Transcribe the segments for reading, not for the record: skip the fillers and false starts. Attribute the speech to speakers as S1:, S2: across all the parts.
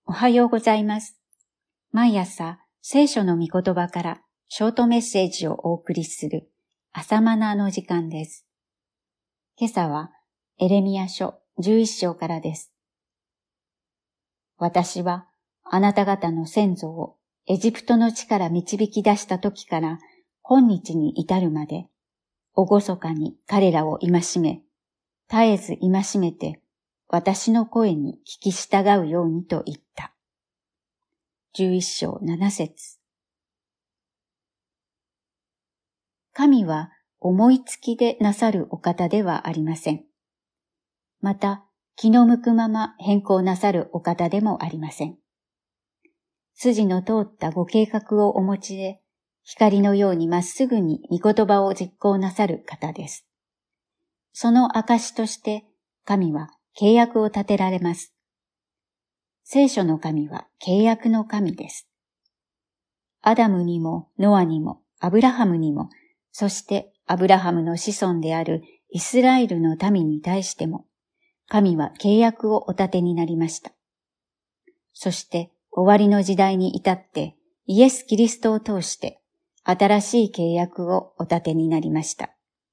S1: おはようございます。毎朝、聖書の御言葉からショートメッセージをお送りする朝マナの時間です。今朝はエレミヤ書11章からです。私はあなた方の先祖をエジプトの地から導き出した時から本日に至るまで、厳かに彼らを戒め、絶えず戒めて、私の声に聞き従うようにと言った。11章7節。神は思いつきでなさるお方ではありません。また、気の向くまま変更なさるお方でもありません。筋の通ったご計画をお持ちで、光のようにまっすぐに御言葉を実行なさる方です。その証として、神は契約を立てられます。聖書の神は契約の神です。アダムにもノアにもアブラハムにも、そしてアブラハムの子孫であるイスラエルの民に対しても、神は契約をお立てになりました。そして終わりの時代に至ってイエス・キリストを通して新しい契約をお立てになりました。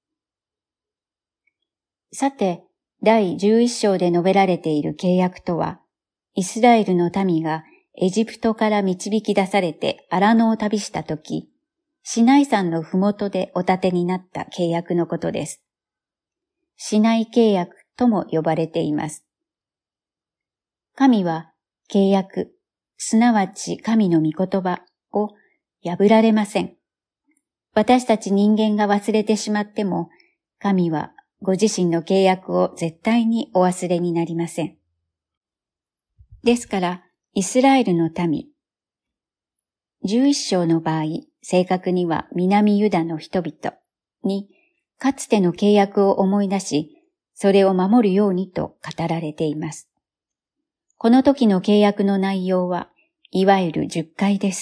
S1: さて、第11章で述べられている契約とは、イスラエルの民がエジプトから導き出されて荒野を旅したとき、シナイ山のふもとでお立てになった契約のことです。シナイ契約とも呼ばれています。神は契約、すなわち神の御言葉を破られません。私たち人間が忘れてしまっても、神はご自身の契約を絶対にお忘れになりません。ですから、イスラエルの民、11章の場合、正確には南ユダの人々に、かつての契約を思い出し、それを守るようにと語られています。この時の契約の内容は、いわゆる10回です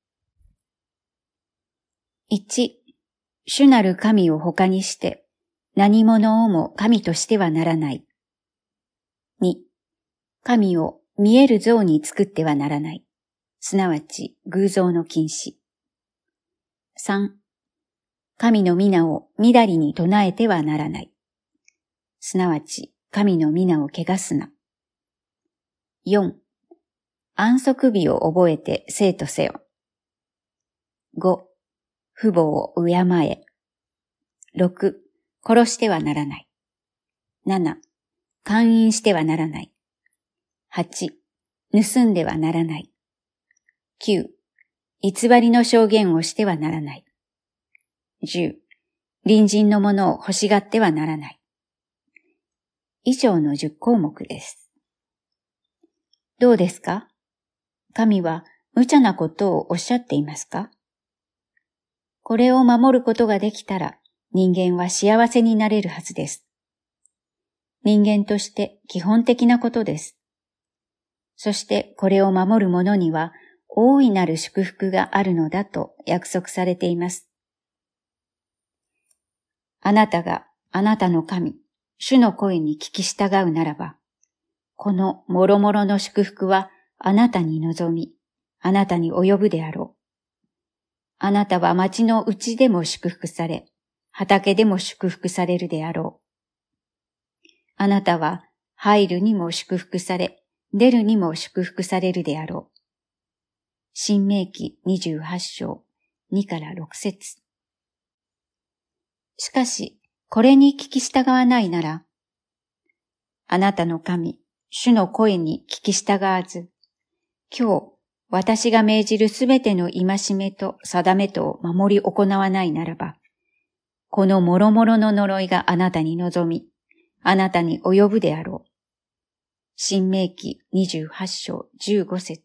S1: 。1、主なる神を他にして、何者をも神としてはならない。2、神を見える像に作ってはならない。すなわち偶像の禁止。3、神の御をみだりに唱えてはならない。すなわち神の御を汚すな。4、安息日を覚えて生とせよ。5、父母を敬え。6、殺してはならない。7、姦淫してはならない。8、盗んではならない。9、偽りの証言をしてはならない。10、隣人のものを欲しがってはならない。以上の10項目です。どうですか？神は無茶なことをおっしゃっていますか？これを守ることができたら、人間は幸せになれるはずです。人間として基本的なことです。そしてこれを守る者には大いなる祝福があるのだと約束されています。あなたがあなたの神、主の声に聞き従うならば、このもろもろの祝福はあなたに望み、あなたに及ぶであろう。あなたは町のうちでも祝福され、畑でも祝福されるであろう。あなたは入るにも祝福され、出るにも祝福されるであろう。申命記28章2から6節。しかし、これに聞き従わないなら、あなたの神、主の声に聞き従わず、今日、私が命じるすべての戒めと定めとを守り行わないならば、このもろもろの呪いがあなたに望み、あなたに及ぶであろう。申命記28章15節。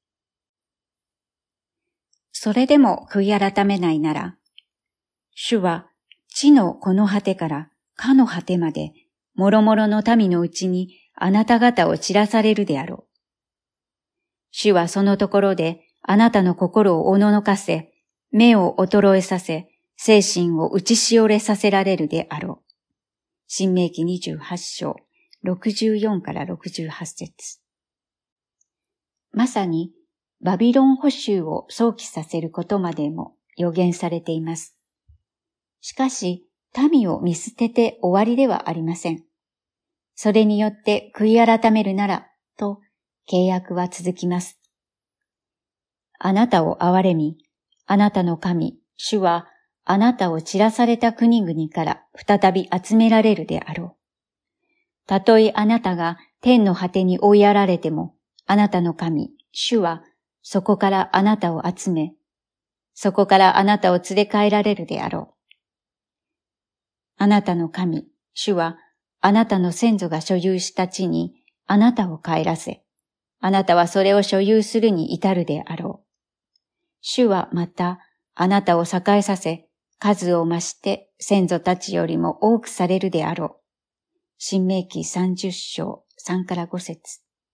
S1: それでも悔い改めないなら、主は地のこの果てからかの果てまで、もろもろの民のうちにあなた方を散らされるであろう。主はそのところであなたの心をおののかせ、目を衰えさせ、精神を打ちしおれさせられるであろう。申命記28章64から68節。 まさにバビロン捕囚を想起させることまでも予言されています。しかし、民を見捨てて終わりではありません。それによって悔い改めるなら、と契約は続きます。あなたを憐れみ、あなたの神、主はあなたを散らされた国々から再び集められるであろう。たとえあなたが天の果てに追いやられても、あなたの神、主はそこからあなたを集め、そこからあなたを連れ帰られるであろう。あなたの神、主はあなたの先祖が所有した地にあなたを帰らせ、あなたはそれを所有するに至るであろう。主はまたあなたを栄えさせ、数を増して先祖たちよりも多くされるであろう。申命記30章3から5節。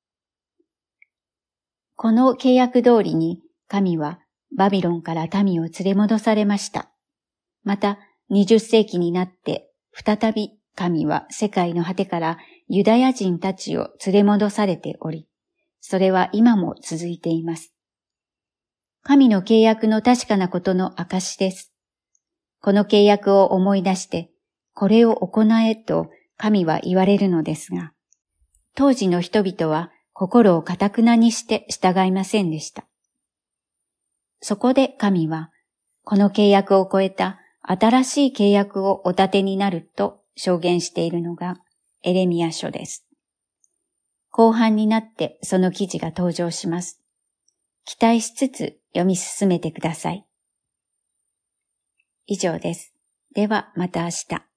S1: この契約通りに神はバビロンから民を連れ戻されました。また20世紀になって再び神は世界の果てからユダヤ人たちを連れ戻されており、それは今も続いています。神の契約の確かなことの証です。この契約を思い出して、これを行えと神は言われるのですが、当時の人々は心を堅くなにして従いませんでした。そこで神は、この契約を超えた新しい契約をお立てになると証言しているのがエレミヤ書です。後半になってその記事が登場します。期待しつつ読み進めてください。以上です。ではまた明日。